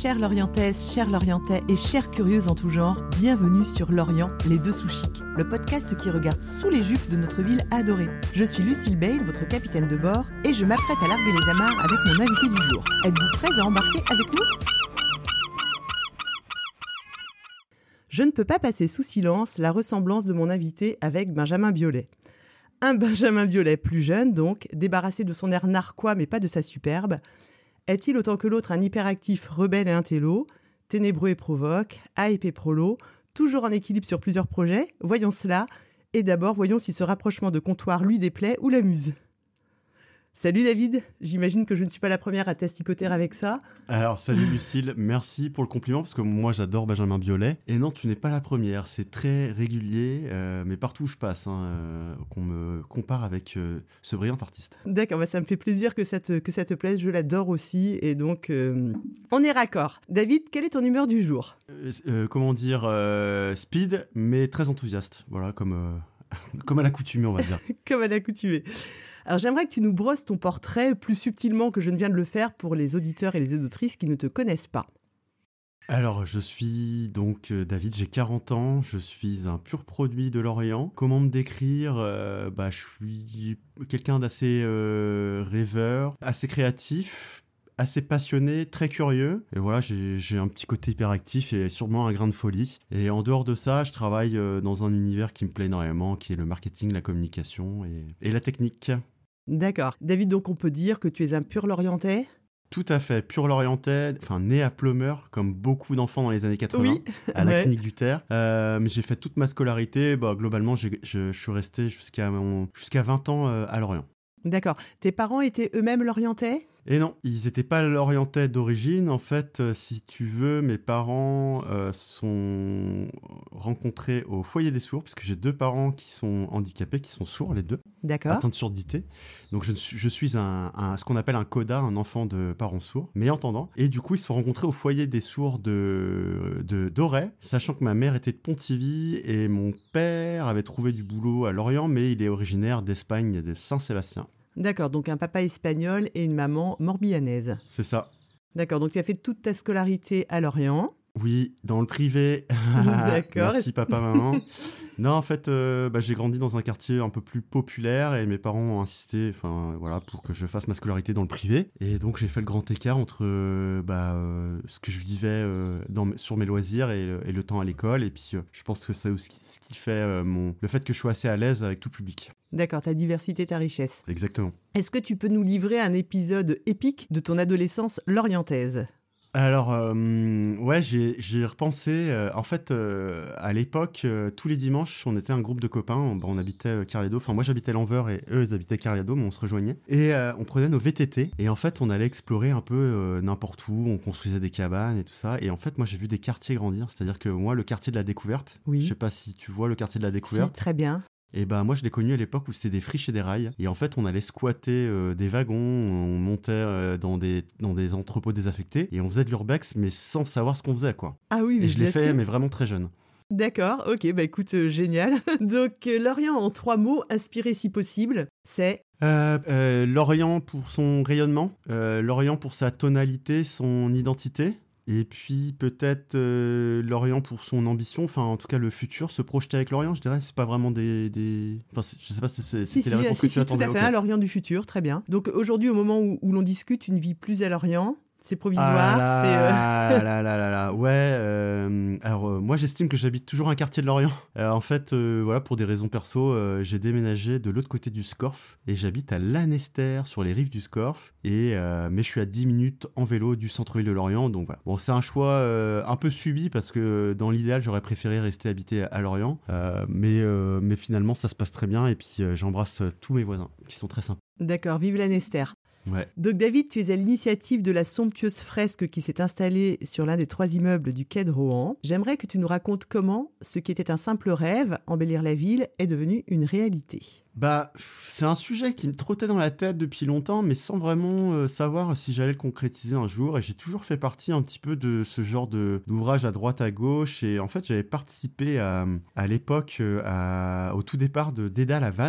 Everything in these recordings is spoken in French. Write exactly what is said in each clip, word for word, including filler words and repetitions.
Chères Lorientaises, chers Lorientais et chères curieuses en tout genre, bienvenue sur Lorient, les deux sous chics, le podcast qui regarde sous les jupes de notre ville adorée. Je suis Lucille Bale, votre capitaine de bord, et je m'apprête à larguer les amarres avec mon invité du jour. Êtes-vous prêts à embarquer avec nous ? Je ne peux pas passer sous silence la ressemblance de mon invité avec Benjamin Biolay. Un Benjamin Biolay plus jeune donc, débarrassé de son air narquois mais pas de sa superbe. Est-il autant que l'autre un hyperactif rebelle et intello, ténébreux et provoque, hype et prolo, toujours en équilibre sur plusieurs projets ? Voyons cela, et d'abord voyons si ce rapprochement de comptoir lui déplaît ou l'amuse. Salut David, j'imagine que je ne suis pas la première à t'asticoter avec ça. Alors salut Lucille, merci pour le compliment parce que moi j'adore Benjamin Biolay. Et non, tu n'es pas la première, c'est très régulier, euh, mais partout où je passe, hein, euh, qu'on me compare avec euh, ce brillant artiste. D'accord, bah ça me fait plaisir que ça te, que ça te plaise, je l'adore aussi, et donc euh, on est raccord. David, quelle est ton humeur du jour ? euh, euh, Comment dire, euh, speed, mais très enthousiaste, voilà, comme... Euh... Comme à l'accoutumée, on va dire. Comme à l'accoutumée. Alors, j'aimerais que tu nous brosses ton portrait plus subtilement que je ne viens de le faire pour les auditeurs et les auditrices qui ne te connaissent pas. Alors, je suis donc euh, David, j'ai quarante ans, je suis un pur produit de Lorient. Comment me décrire ? euh, bah, Je suis quelqu'un d'assez euh, rêveur, assez créatif, assez passionné, très curieux. Et voilà, j'ai, j'ai un petit côté hyperactif et sûrement un grain de folie. Et en dehors de ça, je travaille dans un univers qui me plaît énormément, qui est le marketing, la communication et, et la technique. D'accord. David, donc on peut dire que tu es un pur Lorientais ? Tout à fait, pur Lorientais, enfin né à Pleumeur, comme beaucoup d'enfants dans les années quatre-vingts, oui. à la ouais. clinique du Terre. Euh, mais j'ai fait toute ma scolarité, bah, globalement, j'ai, je, je suis resté jusqu'à, mon, jusqu'à vingt ans euh, à Lorient. D'accord. Tes parents étaient eux-mêmes Lorientais ? Et non, ils n'étaient pas Lorientais d'origine. En fait, euh, si tu veux, mes parents euh, sont rencontrés au foyer des sourds, parce que j'ai deux parents qui sont handicapés, qui sont sourds, les deux, D'accord. atteints de surdité. Donc je suis, je suis un, un, ce qu'on appelle un coda, un enfant de parents sourds, mais entendant. Et du coup, ils se sont rencontrés au foyer des sourds de, de d'Auray, sachant que ma mère était de Pontivy et mon père avait trouvé du boulot à Lorient, mais il est originaire d'Espagne, de Saint-Sébastien. D'accord, donc un papa espagnol et une maman morbihanaise. C'est ça. D'accord, donc tu as fait toute ta scolarité à Lorient. Oui, dans le privé. D'accord. Merci papa, maman. Non, en fait, euh, bah, j'ai grandi dans un quartier un peu plus populaire et mes parents ont insisté, enfin voilà, pour que je fasse ma scolarité dans le privé. Et donc j'ai fait le grand écart entre euh, bah, euh, ce que je vivais euh, dans, sur mes loisirs et le, et le temps à l'école. Et puis euh, je pense que c'est aussi ce qui fait euh, mon, le fait que je sois assez à l'aise avec tout public. D'accord, ta diversité, ta richesse. Exactement. Est-ce que tu peux nous livrer un épisode épique de ton adolescence lorientaise ? Alors, euh, ouais, j'ai, j'ai repensé. Euh, en fait, euh, à l'époque, euh, tous les dimanches, on était un groupe de copains. On, on habitait euh, Carriado. Enfin, moi, j'habitais Lanveur et eux, ils habitaient Carriado, mais on se rejoignait. Et euh, on prenait nos V T T. Et en fait, on allait explorer un peu euh, n'importe où. On construisait des cabanes et tout ça. Et en fait, moi, j'ai vu des quartiers grandir. C'est-à-dire que moi, le quartier de la Découverte, oui. Je sais pas si tu vois le quartier de la Découverte. Si, très bien. Et bah moi je l'ai connu à l'époque où c'était des friches et des rails et en fait on allait squatter euh, des wagons, on montait euh, dans des dans des entrepôts désaffectés et on faisait de l'urbex mais sans savoir ce qu'on faisait quoi. Ah oui, mais et je l'ai fait sûr. mais vraiment très jeune. D'accord, ok, bah écoute, euh, génial. Donc euh, Lorient en trois mots, inspiré si possible, c'est euh, euh, Lorient pour son rayonnement, euh, Lorient pour sa tonalité, son identité. Et puis peut-être euh, Lorient pour son ambition, enfin en tout cas le futur, se projeter avec Lorient, je dirais, c'est pas vraiment des... des... Enfin je sais pas si c'est, si, c'était si, la réponse si, que si, tu attendais. Tout à fait, okay. Lorient du futur, très bien. Donc aujourd'hui au moment où, où l'on discute, tu ne vis plus à Lorient, c'est provisoire, ah là c'est... Euh... là là là là, ouais, euh, alors euh, moi j'estime que j'habite toujours un quartier de Lorient. Euh, en fait, euh, voilà, pour des raisons perso, euh, j'ai déménagé de l'autre côté du Scorff et j'habite à Lanester, sur les rives du Scorff, et, euh, mais je suis à dix minutes en vélo du centre-ville de Lorient, donc voilà. Bon, c'est un choix euh, un peu subi parce que dans l'idéal, j'aurais préféré rester habité à Lorient, euh, mais, euh, mais finalement ça se passe très bien et puis euh, j'embrasse tous mes voisins qui sont très sympas. D'accord, vive Lanester. Ouais. Donc David, tu es à l'initiative de la somptueuse fresque qui s'est installée sur l'un des trois immeubles du quai de Rohan. J'aimerais que tu nous racontes comment ce qui était un simple rêve, embellir la ville, est devenu une réalité. Bah, c'est un sujet qui me trottait dans la tête depuis longtemps, mais sans vraiment euh, savoir si j'allais le concrétiser un jour. Et j'ai toujours fait partie un petit peu de ce genre de, d'ouvrage à droite, à gauche. Et en fait, j'avais participé à, à l'époque, à, au tout départ de Dédale à Vannes.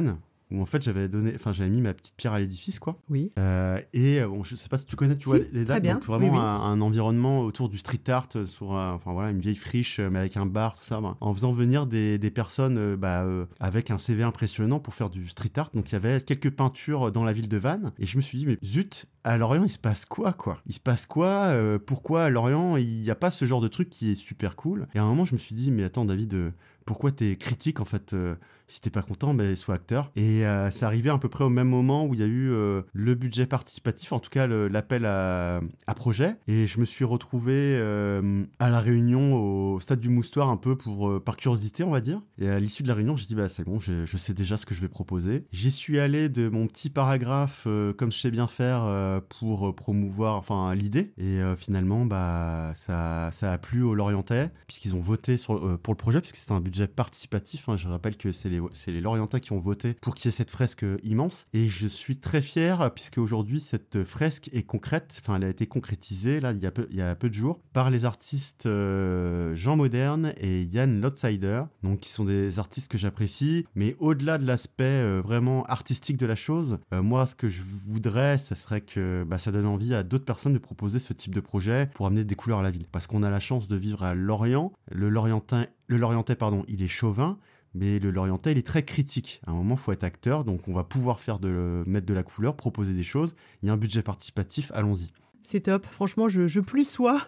où en fait j'avais donné, enfin j'avais mis ma petite pierre à l'édifice, quoi. Oui. Euh, et bon, je sais pas si tu connais, tu Si, vois les très dates, bien. donc vraiment Oui, oui. Un, un environnement autour du street art, sur, euh, enfin voilà, une vieille friche, mais avec un bar, tout ça, bah, en faisant venir des, des personnes euh, bah, euh, avec un C V impressionnant pour faire du street art. Donc il y avait quelques peintures dans la ville de Vannes, et je me suis dit mais zut, à Lorient il se passe quoi quoi Il se passe quoi euh, Pourquoi à Lorient il n'y a pas ce genre de truc qui est super cool? Et à un moment je me suis dit mais attends David, euh, pourquoi t'es critique en fait euh, si t'es pas content, ben, sois acteur. Et euh, c'est arrivé à peu près au même moment où il y a eu euh, le budget participatif, en tout cas le, l'appel à, à projet. Et je me suis retrouvé euh, à la réunion au stade du Moustoir un peu pour, euh, par curiosité, on va dire. Et à l'issue de la réunion, j'ai dit, bah, c'est bon, je, je sais déjà ce que je vais proposer. J'y suis allé de mon petit paragraphe, euh, comme je sais bien faire, euh, pour promouvoir enfin, l'idée. Et euh, finalement, bah, ça, ça a plu aux Lorientais, puisqu'ils ont voté sur, euh, pour le projet, puisque c'était un budget participatif. Hein. Je rappelle que c'est les c'est les Lorientais qui ont voté pour qu'il y ait cette fresque immense, et je suis très fier puisque aujourd'hui cette fresque est concrète, enfin elle a été concrétisée là il y a peu, il y a peu de jours par les artistes euh, Jean Moderne et Yann l'Outsider, donc qui sont des artistes que j'apprécie, mais au-delà de l'aspect euh, vraiment artistique de la chose, euh, moi ce que je voudrais, ce serait que bah, ça donne envie à d'autres personnes de proposer ce type de projet pour amener des couleurs à la ville, parce qu'on a la chance de vivre à Lorient. Le Lorientais, le Lorientais pardon, il est chauvin, mais le Lorientais, il est très critique. À un moment, il faut être acteur, donc on va pouvoir faire de, mettre de la couleur, proposer des choses. Il y a un budget participatif, allons-y. C'est top, franchement, je, je plus sois.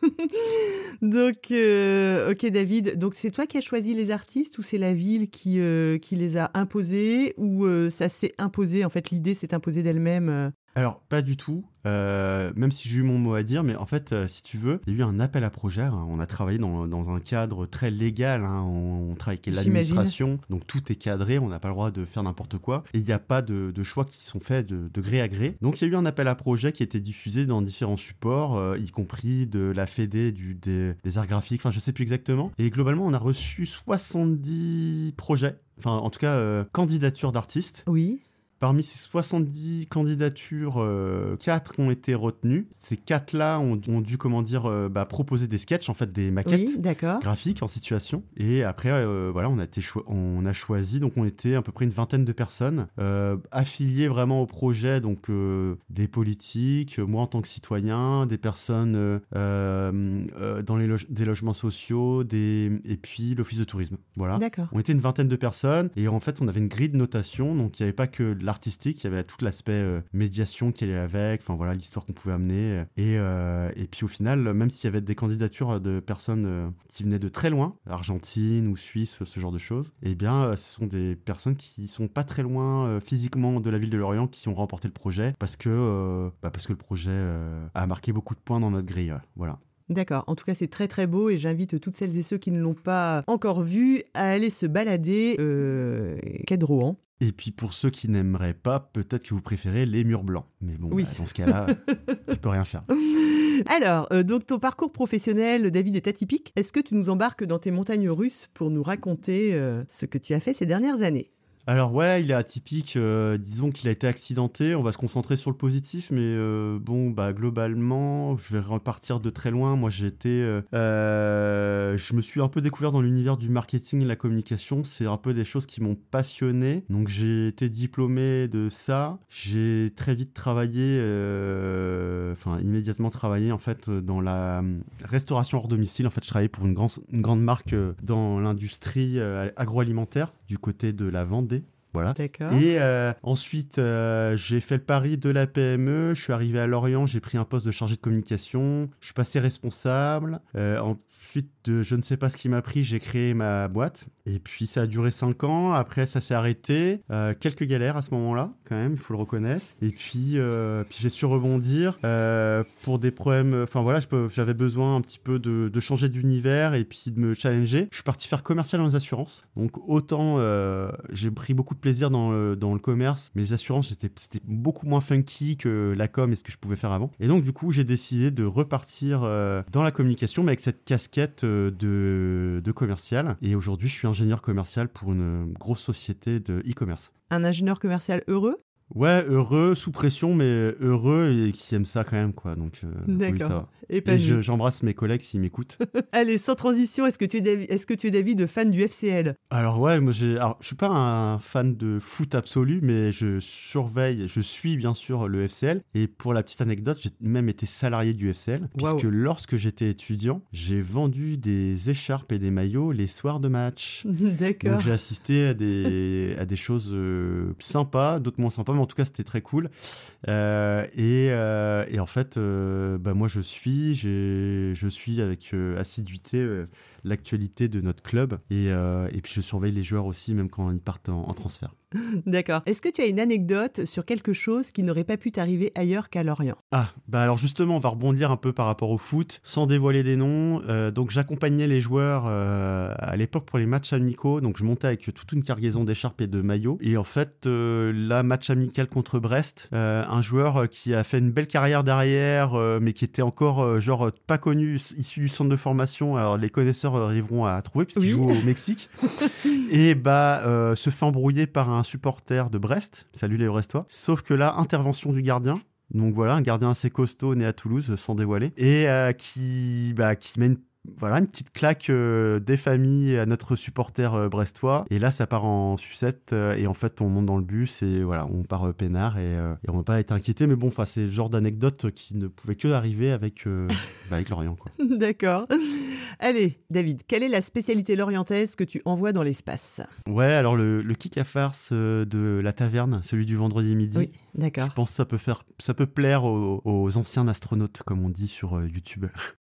Donc, euh, ok David, donc c'est toi qui as choisi les artistes ou c'est la ville qui, euh, qui les a imposés, ou euh, ça s'est imposé, en fait l'idée s'est imposée d'elle-même euh... Alors, pas du tout, euh, même si j'ai eu mon mot à dire, mais en fait, euh, si tu veux, il y a eu un appel à projet, hein. On a travaillé dans, dans un cadre très légal, hein. on, on travaille avec l'administration, J'imagine. Donc tout est cadré, on n'a pas le droit de faire n'importe quoi, et il n'y a pas de, de choix qui sont faits de, de gré à gré. Donc il y a eu un appel à projet qui a été diffusé dans différents supports, euh, y compris de la Fédé, du, des, des arts graphiques, enfin je sais plus exactement, et globalement on a reçu soixante-dix projets, enfin en tout cas euh, candidatures d'artistes. Oui. Parmi ces soixante-dix candidatures, euh, quatre ont été retenues. Ces quatre-là ont, ont dû, comment dire, euh, bah, proposer des sketchs, en fait, des maquettes oui, graphiques en situation. Et après, euh, voilà, on a, été cho- on a choisi, donc on était à peu près une vingtaine de personnes euh, affiliées vraiment au projet, donc euh, des politiques, moi en tant que citoyen, des personnes euh, euh, dans les loge- des logements sociaux, des... et puis l'office de tourisme. Voilà. D'accord. On était une vingtaine de personnes et en fait, on avait une grille de notation, donc il n'y avait pas que l'artistique, il y avait tout l'aspect euh, médiation qui allait avec, enfin voilà, l'histoire qu'on pouvait amener. Et, euh, et puis au final, même s'il y avait des candidatures de personnes euh, qui venaient de très loin, Argentine ou Suisse, ce genre de choses, eh bien, euh, ce sont des personnes qui sont pas très loin euh, physiquement de la ville de Lorient qui ont remporté le projet parce que, euh, bah, parce que le projet euh, a marqué beaucoup de points dans notre grille. Voilà. D'accord, en tout cas c'est très très beau et j'invite toutes celles et ceux qui ne l'ont pas encore vu à aller se balader euh, quai de Rohan. Et puis pour ceux qui n'aimeraient pas, peut-être que vous préférez les murs blancs. Mais bon, oui. bah, dans ce cas-là, je peux rien faire. Alors, euh, donc ton parcours professionnel, David, est atypique. Est-ce que tu nous embarques dans tes montagnes russes pour nous raconter euh, ce que tu as fait ces dernières années ? Alors ouais, il est atypique, euh, disons qu'il a été accidenté, on va se concentrer sur le positif, mais euh, bon, bah globalement, je vais repartir de très loin. Moi j'ai été, euh, euh, je me suis un peu découvert dans l'univers du marketing et de la communication, c'est un peu des choses qui m'ont passionné, donc j'ai été diplômé de ça, j'ai très vite travaillé, euh, enfin immédiatement travaillé en fait dans la restauration hors domicile, en fait je travaillais pour une, grand, une grande marque dans l'industrie euh, agroalimentaire du côté de la Vendée. Voilà. D'accord. Et euh, ensuite, euh, j'ai fait le pari de la P M E. Je suis arrivé à Lorient, j'ai pris un poste de chargé de communication. Je suis passé responsable. Euh, ensuite, de, je ne sais pas ce qui m'a pris, j'ai créé ma boîte. Et puis, ça a duré cinq ans. Après, ça s'est arrêté. Euh, quelques galères à ce moment-là, quand même, il faut le reconnaître. Et puis, euh, puis j'ai su rebondir euh, pour des problèmes... Enfin, voilà, je peux, j'avais besoin un petit peu de, de changer d'univers et puis de me challenger. Je suis parti faire commercial dans les assurances. Donc, autant euh, j'ai pris beaucoup de plaisir dans le, dans le commerce, mais les assurances, c'était, c'était beaucoup moins funky que la com et ce que je pouvais faire avant. Et donc, du coup, j'ai décidé de repartir euh, dans la communication, mais avec cette casquette euh, de, de commercial. Et aujourd'hui, je suis ingénieur commercial pour une grosse société de e-commerce. Un ingénieur commercial heureux ? Ouais, heureux, sous pression, mais heureux et qui aime ça quand même, quoi. Donc, euh, d'accord. Oui, ça va. Épanoui. Et je, j'embrasse mes collègues s'ils m'écoutent. Allez, sans transition, est-ce que tu es d'avis, est-ce que tu es d'avis de fan du F C L? Alors ouais, moi j'ai, alors je suis pas un fan de foot absolu, mais je surveille, je suis bien sûr le F C L. Et pour la petite anecdote, j'ai même été salarié du F C L, puisque Wow. lorsque j'étais étudiant, j'ai vendu des écharpes et des maillots les soirs de match. D'accord. Donc j'ai assisté à des, à des choses euh, sympas, d'autres moins sympas, mais en tout cas c'était très cool. Euh, et, euh, et en fait, euh, bah, moi je suis, j'ai, je suis avec euh, assiduité euh, l'actualité de notre club et, euh, et puis je surveille les joueurs aussi, même quand ils partent en, en transfert. D'accord. Est-ce que tu as une anecdote sur quelque chose qui n'aurait pas pu t'arriver ailleurs qu'à Lorient? Ah, bah alors justement, on va rebondir un peu par rapport au foot, sans dévoiler des noms. Euh, donc j'accompagnais les joueurs euh, à l'époque pour les matchs amicaux, donc je montais avec toute une cargaison d'écharpes et de maillots. Et en fait, euh, là, match amical contre Brest, euh, un joueur qui a fait une belle carrière derrière, euh, mais qui était encore euh, genre pas connu, issu du centre de formation. Alors les connaisseurs arriveront à trouver puisqu'il Oui. joue au Mexique. Et bah euh, se fait embrouiller par un supporter de Brest. Salut les Brestois. Sauf que là, intervention du gardien. Donc voilà, un gardien assez costaud né à Toulouse, sans dévoiler, et euh, qui, bah, qui met une, voilà, une petite claque euh, des familles à notre supporter euh, brestois. Et là, ça part en sucette, euh, et en fait, on monte dans le bus et voilà, on part euh, peinard, et, euh, et on va pas être inquiété. Mais bon, c'est le genre d'anecdote qui ne pouvait que arriver avec, euh, bah, avec Lorient, quoi. D'accord. Allez, David, quelle est la spécialité lorientaise que tu envoies dans l'espace? Ouais, alors le, le kick à farce euh, de la taverne, celui du vendredi midi. Oui, d'accord. Je pense que ça peut faire, ça peut plaire aux, aux anciens astronautes, comme on dit sur euh, YouTube.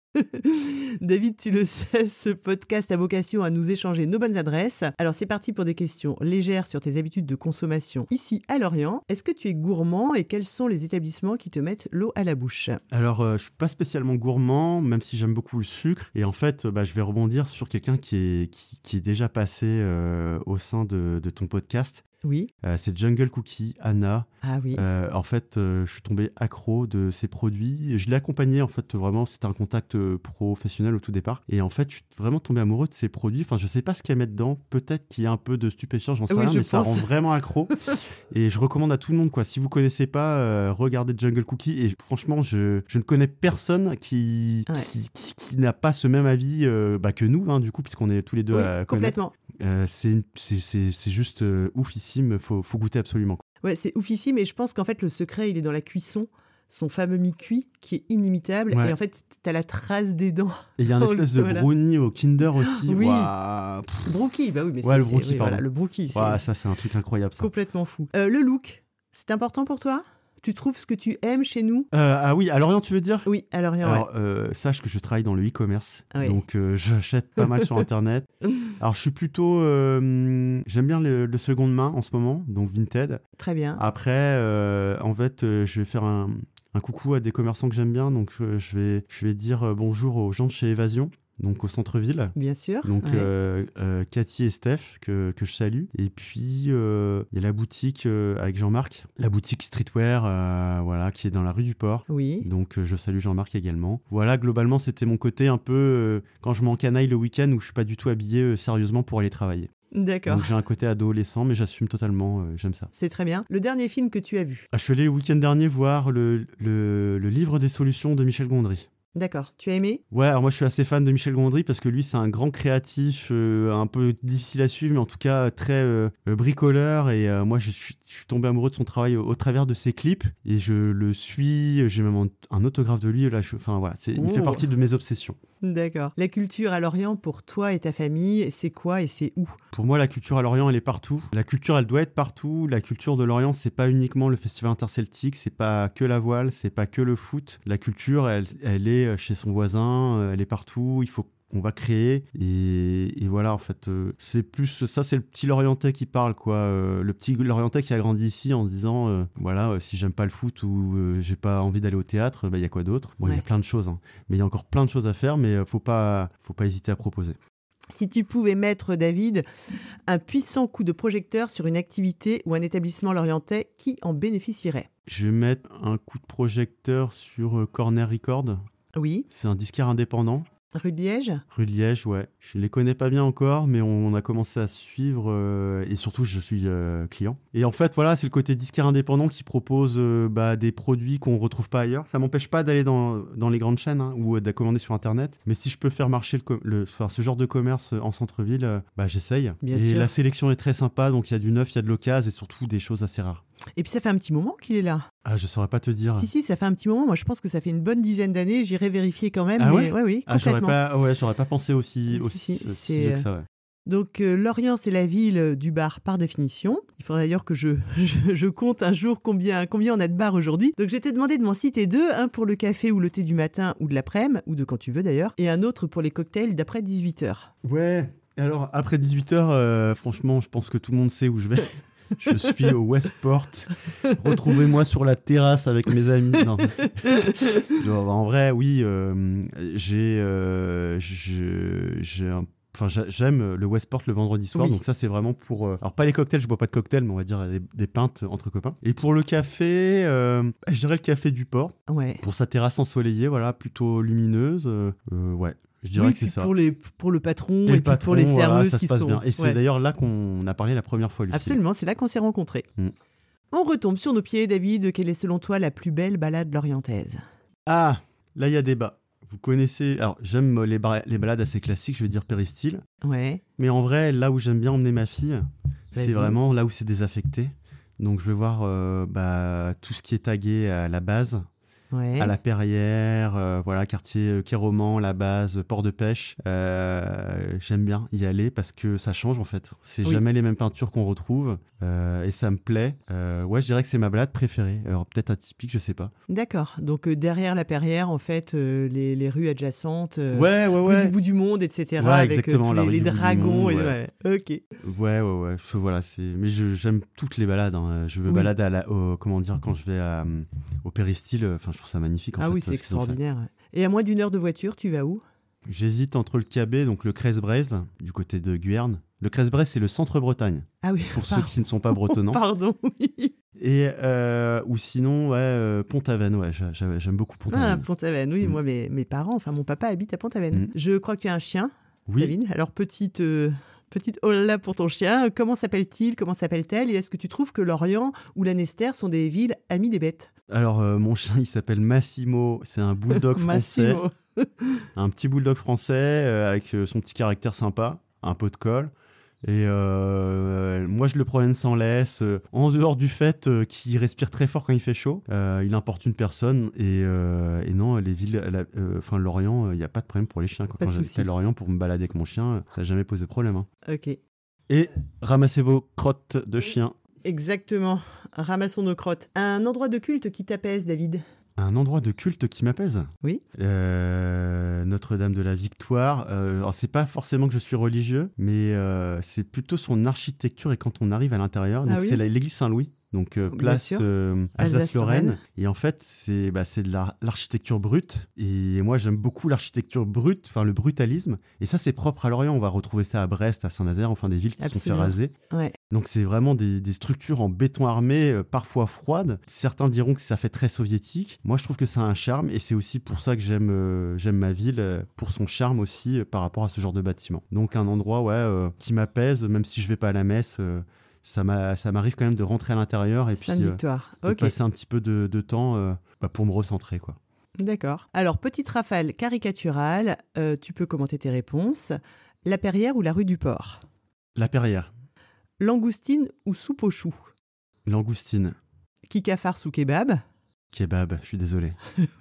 David, tu le sais, ce podcast a vocation à nous échanger nos bonnes adresses. Alors c'est parti pour des questions légères sur tes habitudes de consommation ici à Lorient. Est-ce que tu es gourmand et quels sont les établissements qui te mettent l'eau à la bouche? Alors, euh, je suis pas spécialement gourmand, même si j'aime beaucoup le sucre. Et en fait, bah, je vais rebondir sur quelqu'un qui est, qui, qui est déjà passé euh, au sein de, de ton podcast. Oui. Euh, c'est Jungle Cookie, Anna. Ah oui. Euh, en fait, euh, je suis tombé accro de ses produits. Je l'ai accompagné, en fait, vraiment, c'était un contact euh, professionnel au tout départ. Et en fait, je suis vraiment tombé amoureux de ses produits. Enfin, je sais pas ce qu'il y a à mettre dedans. Peut-être qu'il y a un peu de stupéfiant, j'en sais Oui, rien, je mais ça pense. rend vraiment accro. Et je recommande à tout le monde, quoi. Si vous connaissez pas, euh, regardez Jungle Cookie. Et franchement, je, je ne connais personne qui, Ouais. qui, qui, qui n'a pas ce même avis euh, bah, que nous, hein, du coup, puisqu'on est tous les deux Oui, à connaître. complètement. Euh, c'est, une- c'est, c'est, c'est juste euh, oufissime. Faut, faut goûter absolument, quoi. Ouais, c'est oufissime et je pense qu'en fait le secret il est dans la cuisson, son fameux mi-cuit qui est inimitable Ouais. et en fait t'as la trace des dents. Et il y a un Oh, espèce de voilà. brownie au Kinder aussi. Oui. Waouh, pff, Brookie, bah oui, mais Ouais, c'est, le c'est- brookie, oui, pardon. voilà, le brookie, c'est waouh, ça c'est un truc incroyable, ça. complètement fou. Euh, le look, c'est important pour toi? Tu trouves ce que tu aimes chez nous? Euh, ah oui, à Lorient, tu veux dire? Oui, à Lorient, Alors, euh, sache que je travaille dans le e-commerce, Oui. donc euh, j'achète pas mal sur Internet. Alors, je suis plutôt... euh, j'aime bien le, le seconde main en ce moment, donc Vinted. ouais. Très bien. Après, euh, en fait, euh, je vais faire un, un coucou à des commerçants que j'aime bien, donc euh, je, vais, je vais dire euh, bonjour aux gens de chez Évasion, donc au centre-ville. Bien sûr. Donc ouais. euh, euh, Cathy et Steph que, que je salue. Et puis euh, il y a la boutique euh, avec Jean-Marc, la boutique streetwear euh, voilà, qui est dans la rue du Port. Oui. Donc euh, je salue Jean-Marc également. Voilà, globalement c'était mon côté un peu euh, quand je m'encanaille le week-end où je suis pas du tout habillé euh, sérieusement pour aller travailler. D'accord. Donc j'ai un côté adolescent mais j'assume totalement, euh, j'aime ça. C'est très bien. Le dernier film que tu as vu? Ah, je suis allé le week-end dernier voir le, le, le livre des solutions de Michel Gondry. D'accord. Tu as aimé? Ouais, alors moi je suis assez fan de Michel Gondry parce que lui c'est un grand créatif, euh, un peu difficile à suivre mais en tout cas très euh, euh, bricoleur et euh, moi je suis, je suis tombé amoureux de son travail au, au travers de ses clips et je le suis, j'ai même un, un autographe de lui là, je, enfin voilà, c'est, il fait Oh. partie de mes obsessions. D'accord. La culture à Lorient pour toi et ta famille, c'est quoi et c'est où? Pour moi la culture à Lorient elle est partout, la culture elle doit être partout, la culture de Lorient c'est pas uniquement le festival interceltique, c'est pas que la voile, c'est pas que le foot, la culture elle, elle est chez son voisin, elle est partout, il faut qu'on va créer et, et voilà en fait euh, c'est plus ça, c'est le petit Lorientais qui parle quoi, euh, le petit Lorientais qui a grandi ici en se disant euh, voilà euh, si j'aime pas le foot ou euh, j'ai pas envie d'aller au théâtre, bah il y a quoi d'autre, bon il Ouais. y a plein de choses hein. Mais il y a encore plein de choses à faire mais euh, faut pas faut pas hésiter à proposer. Si tu pouvais mettre, David, un puissant coup de projecteur sur une activité ou un établissement lorientais, qui en bénéficierait? Je vais mettre un coup de projecteur sur euh, Corner Record. Oui. C'est un disquaire indépendant Rue de Liège ? Rue de Liège, ouais. Je les connais pas bien encore, mais on a commencé à suivre euh, et surtout je suis euh, client. Et en fait, voilà, c'est le côté disquaire indépendant qui propose euh, bah, des produits qu'on retrouve pas ailleurs. Ça m'empêche pas d'aller dans, dans les grandes chaînes hein, ou de commander sur Internet, mais si je peux faire marcher le, com- le, enfin, ce genre de commerce en centre-ville, euh, bah, j'essaye. Bien et sûr. la sélection est très sympa, donc il y a du neuf, il y a de l'occasion et surtout des choses assez rares. Et puis ça fait un petit moment qu'il est là. Ah, je saurais pas te dire. Si, si, ça fait un petit moment. Moi, je pense que ça fait une bonne dizaine d'années. J'irai vérifier quand même. Ah mais... ouais ouais, oui, Ah, j'aurais complètement. pas, ouais, j'aurais pas pensé aussi, Si, aussi si, si c'est, vieux que ça, ouais. Donc, euh, Lorient, c'est la ville du bar par définition. Il faudra d'ailleurs que je, je, je compte un jour combien, combien on a de bars aujourd'hui. Donc, je vais te demander de m'en citer deux. Un pour le café ou le thé du matin ou de l'après-midi, ou de quand tu veux d'ailleurs. Et un autre pour les cocktails d'après dix-huit heures. Ouais, alors après dix-huit heures, euh, franchement, je pense que tout le monde sait où je vais. Je suis au Westport. Retrouvez-moi sur la terrasse avec mes amis. Non. Genre, en vrai, oui, euh, j'ai, euh, je- j'ai un Enfin, j'aime le Westport le vendredi soir, oui. Donc ça c'est vraiment pour... Euh... Alors pas les cocktails, je bois pas de cocktails, mais on va dire des, des pintes entre copains. Et pour le café, euh, je dirais le café du port. Ouais. Pour sa terrasse ensoleillée, voilà, plutôt lumineuse. Euh, euh, ouais, je dirais oui, que c'est ça. Pour, les, pour le patron et, et, et le patron, pour les serveuses voilà, ça qui se passe sont... bien. Et c'est ouais. d'ailleurs là qu'on a parlé la première fois, Lucie. Absolument, c'est là qu'on s'est rencontrés. Mm. On retombe sur nos pieds, David. Quelle est selon toi la plus belle balade lorientaise ? Ah, là il y a débat. Vous connaissez... Alors, j'aime les, bar... les balades assez classiques, je vais dire péristyle. Ouais. Mais en vrai, là où j'aime bien emmener ma fille, Vas-y. C'est vraiment là où c'est désaffecté. Donc, je vais voir euh, bah, tout ce qui est tagué à la base. Ouais. À la Perrière, euh, voilà, quartier euh, Quai-Roman, la base, port de pêche. Euh, j'aime bien y aller parce que ça change en fait. C'est oui. jamais les mêmes peintures qu'on retrouve euh, et ça me plaît. Euh, ouais, je dirais que c'est ma balade préférée. Alors peut-être atypique, je sais pas. D'accord. Donc euh, derrière la Perrière, en fait, euh, les, les rues adjacentes, euh, ouais, ouais, ouais. rue du bout du monde, et cetera. Ouais, avec exactement, euh, tous la les, rue les du dragons. bout du monde, et... ouais. ouais. Ok. Ouais, ouais, ouais. Voilà, c'est. Mais je, j'aime toutes les balades. Hein. Je me oui. balade à la, au, comment dire, quand je vais à, au péristyle. Enfin, je trouve ça magnifique. En ah fait, oui, c'est extraordinaire. Et à moins d'une heure de voiture, tu vas où ? J'hésite entre le Cabet, donc le Crèze-Braise, du côté de Guyerne. Le Crèze-Braise, c'est le centre-Bretagne. Ah oui. Pour pardon. ceux qui ne sont pas bretonnants. Pardon, oui. Et euh, ou sinon, ouais, euh, Pont-Aven, ouais, j'aime beaucoup Pont-Aven. Ah, Pont-Aven, oui. Mm. Moi, mes, mes parents, enfin mon papa habite à Pont-Aven. Mm. Je crois que tu as un chien, oui. David. Alors, petite... Euh... Petite holla pour ton chien. Comment s'appelle-t-il ? Comment s'appelle-t-elle ? Et est-ce que tu trouves que Lorient ou Lanester sont des villes amies des bêtes ? Alors, euh, mon chien, il s'appelle Massimo. C'est un bulldog français. Massimo. Un petit bulldog français euh, avec euh, son petit caractère sympa, un pot de colle. Et euh, moi, je le promène sans laisse. Euh, en dehors du fait euh, qu'il respire très fort quand il fait chaud, euh, il importune personne. Et, euh, et non, les villes, enfin euh, Lorient, il n'y a pas de problème pour les chiens. Quoi. Quand j'habitais à Lorient pour me balader avec mon chien, ça n'a jamais posé problème. Hein. Ok. Et ramassez vos crottes de chien. Exactement. Ramassons nos crottes. Un endroit de culte qui t'apaise, David ? Un endroit de culte qui m'apaise ? Oui. Euh, Notre-Dame de la Victoire. Euh, alors, c'est pas forcément que je suis religieux, mais euh, c'est plutôt son architecture et quand on arrive à l'intérieur. Donc, ah oui. c'est l'église Saint-Louis. Donc, euh, place euh, Alsace-Lorraine. Et en fait, c'est, bah, c'est de la, l'architecture brute. Et moi, j'aime beaucoup l'architecture brute, enfin le brutalisme. Et ça, c'est propre à Lorient. On va retrouver ça à Brest, à Saint-Nazaire, enfin des villes qui Absolument. sont fait raser. Ouais. Donc, c'est vraiment des, des structures en béton armé, euh, parfois froides. Certains diront que ça fait très soviétique. Moi, je trouve que ça a un charme. Et c'est aussi pour ça que j'aime, euh, j'aime ma ville, euh, pour son charme aussi euh, par rapport à ce genre de bâtiment. Donc, un endroit ouais, euh, qui m'apaise, même si je vais pas à la messe. Euh, Ça, m'a, ça m'arrive quand même de rentrer à l'intérieur et puis euh, de okay. passer un petit peu de, de temps euh, bah, pour me recentrer, quoi. D'accord. Alors, petite rafale caricaturale, euh, tu peux commenter tes réponses. La Perrière ou la rue du Port ? La Perrière. Langoustine ou soupe aux choux ? Langoustine. Kikafar ou kebab ? Kebab, je suis désolé.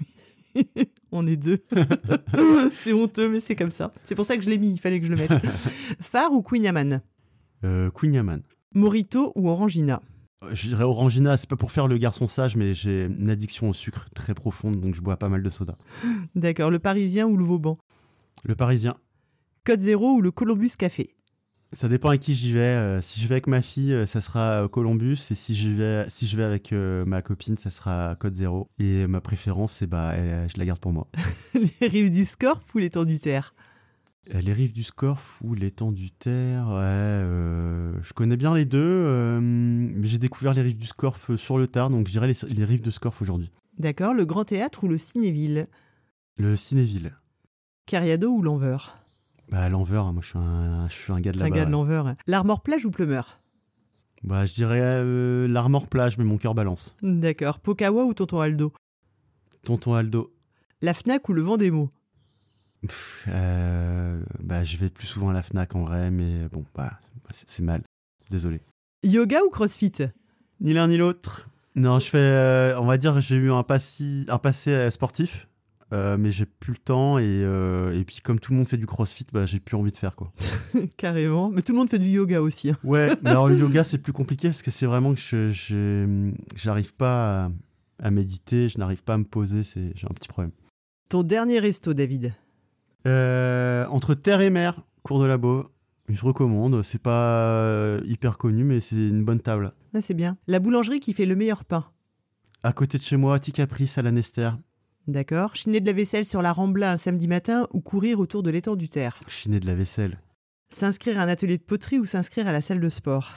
On est deux. C'est honteux, mais c'est comme ça. C'est pour ça que je l'ai mis, il fallait que je le mette. Phare ou Queen Yaman ? euh, Queen Yaman. Mojito ou Orangina ? Je dirais Orangina, c'est pas pour faire le garçon sage, mais j'ai une addiction au sucre très profonde, donc je bois pas mal de soda. D'accord, le Parisien ou le Vauban ? Le Parisien. Code Zéro ou le Columbus Café ? Ça dépend avec qui j'y vais. Euh, si je vais avec ma fille, ça sera Columbus, et si je vais, si je vais avec euh, ma copine, ça sera Code Zéro. Et ma préférence, c'est bah, elle, je la garde pour moi. Les rives du Scorff ou l'étang du Terre ? Les rives du Scorff ou l'étang du Terre, ouais, euh, je connais bien les deux, euh, mais j'ai découvert les rives du Scorff sur le tard, donc je dirais les, les rives de Scorff aujourd'hui. D'accord, le Grand Théâtre ou le Cinéville ? Le Cinéville. Cariado ou Lanveur? Bah, Lanveur, moi je suis un, je suis un gars de là-bas. Un gars de Lanveur. L'Armor plage ou Pleumeur? Bah, je dirais euh, l'Armor plage, mais mon cœur balance. D'accord. Pokawa ou Tonton Aldo? Tonton Aldo. La Fnac ou le Vendémo? Pff, euh, bah, je vais plus souvent à la Fnac en vrai, mais bon, bah, c'est, c'est mal. Désolé. Yoga ou CrossFit? Ni l'un ni l'autre. Non, je fais, euh, on va dire, j'ai eu un, passi, un passé euh, sportif, euh, mais j'ai plus le temps et, euh, et puis comme tout le monde fait du CrossFit, bah, j'ai plus envie de faire quoi. Carrément. Mais tout le monde fait du yoga aussi. Hein. Ouais, mais alors le yoga c'est plus compliqué parce que c'est vraiment que je, je, j'arrive pas à, à méditer, je n'arrive pas à me poser, c'est, j'ai un petit problème. Ton dernier resto, David? euh, Entre terre et mer, Cours de la Beauve. Je recommande, c'est pas euh, hyper connu, mais c'est une bonne table. Ah, c'est bien. La boulangerie qui fait le meilleur pain? À côté de chez moi, Tea Caprice à la Nester. D'accord. Chiner de la vaisselle sur la Rambla un samedi matin ou courir autour de l'étang du Terre? Chiner de la vaisselle. S'inscrire à un atelier de poterie ou s'inscrire à la salle de sport?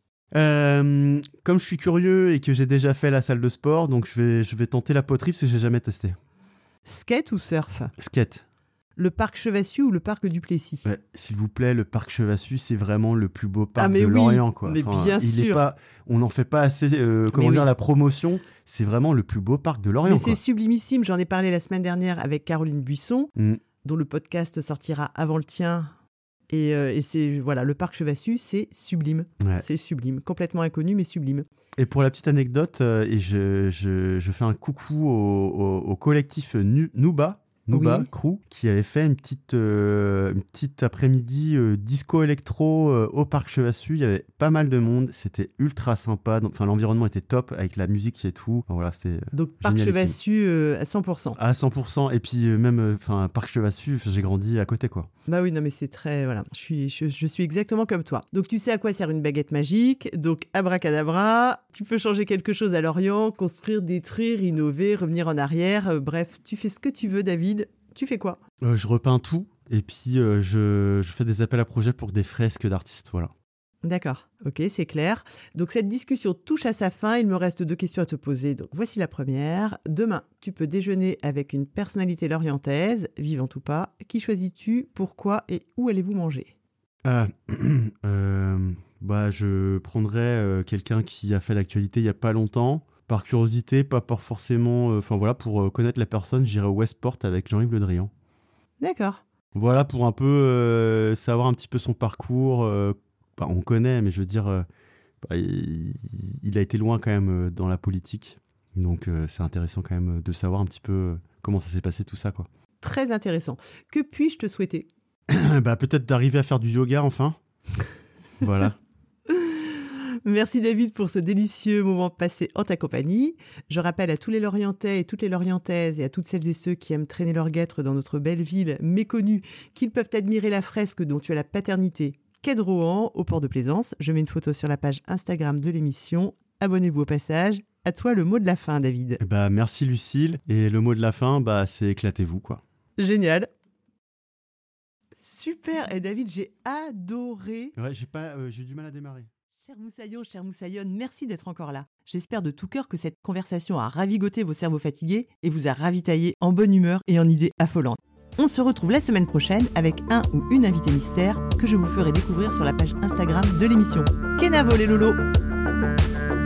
euh, Comme je suis curieux et que j'ai déjà fait la salle de sport, donc je vais, je vais tenter la poterie parce que j'ai jamais testé. Skate ou surf? Skate. Le parc Chevassus ou le parc Duplessis? Ouais, s'il vous plaît, le parc Chevassus, c'est vraiment le plus beau parc ah, mais de oui, Lorient, quoi. Mais enfin, bien il sûr. Est pas, on n'en fait pas assez. Euh, comment mais dire oui. La promotion, c'est vraiment le plus beau parc de Lorient. Mais quoi. c'est sublimissime. J'en ai parlé la semaine dernière avec Caroline Buisson, Mm. dont le podcast sortira avant le tien. Et, euh, et c'est voilà, le parc Chevassus, c'est sublime. Ouais. C'est sublime, complètement inconnu, mais sublime. Et pour la petite anecdote, euh, et je, je, je fais un coucou au, au, au collectif Nu- Nuba. Nuba Oui. Crew, qui avait fait une petite, euh, une petite après-midi euh, disco électro euh, au parc Chevassus. Il y avait pas mal de monde, c'était ultra sympa. Enfin, l'environnement était top avec la musique et tout. Enfin, voilà, c'était Donc parc génialissime. Chevassus euh, à cent pour cent. À cent pour cent. Et puis euh, même, enfin, parc Chevassus, j'ai grandi à côté, quoi. Bah oui, non mais c'est très... Voilà, je suis, je, je suis exactement comme toi. Donc tu sais à quoi sert une baguette magique. Donc abracadabra, tu peux changer quelque chose à Lorient, construire, détruire, innover, revenir en arrière. Euh, bref, tu fais ce que tu veux, David. Tu fais quoi? euh, Je repeins tout. Et puis, euh, je, je fais des appels à projets pour des fresques d'artistes, voilà. D'accord, ok, c'est clair. Donc cette discussion touche à sa fin, il me reste deux questions à te poser. Donc voici la première. Demain, tu peux déjeuner avec une personnalité lorientaise, vivante ou pas. Qui choisis-tu? Pourquoi? Et où allez-vous manger? Euh, euh, bah, je prendrais euh, quelqu'un qui a fait l'actualité il y a pas longtemps. Par curiosité, pas pour forcément... Enfin euh, voilà, pour euh, connaître la personne, j'irai au Westport avec Jean-Yves Le Drian. D'accord. Voilà, pour un peu euh, savoir un petit peu son parcours... Euh, Bah, on connaît, mais je veux dire, euh, bah, il, il a été loin quand même euh, dans la politique. Donc euh, c'est intéressant quand même de savoir un petit peu euh, comment ça s'est passé tout ça, quoi. Très intéressant. Que puis-je te souhaiter? Bah, peut-être d'arriver à faire du yoga enfin. Voilà. Merci David pour ce délicieux moment passé en ta compagnie. Je rappelle à tous les Lorientais et toutes les Lorientaises et à toutes celles et ceux qui aiment traîner leur guêtre dans notre belle ville méconnue qu'ils peuvent admirer la fresque dont tu as la paternité. Quai de Rohan, au port de Plaisance. Je mets une photo sur la page Instagram de l'émission. Abonnez-vous au passage. À toi le mot de la fin, David. Bah, merci Lucille. Et le mot de la fin, bah, c'est éclatez-vous, quoi. Génial. Super. Et David, j'ai adoré. Ouais, j'ai pas, euh, j'ai eu du mal à démarrer. Cher Moussaillon, cher Moussaillonne, merci d'être encore là. J'espère de tout cœur que cette conversation a ravigoté vos cerveaux fatigués et vous a ravitaillé en bonne humeur et en idées affolantes. On se retrouve la semaine prochaine avec un ou une invitée mystère que je vous ferai découvrir sur la page Instagram de l'émission. Kenavo les lolos!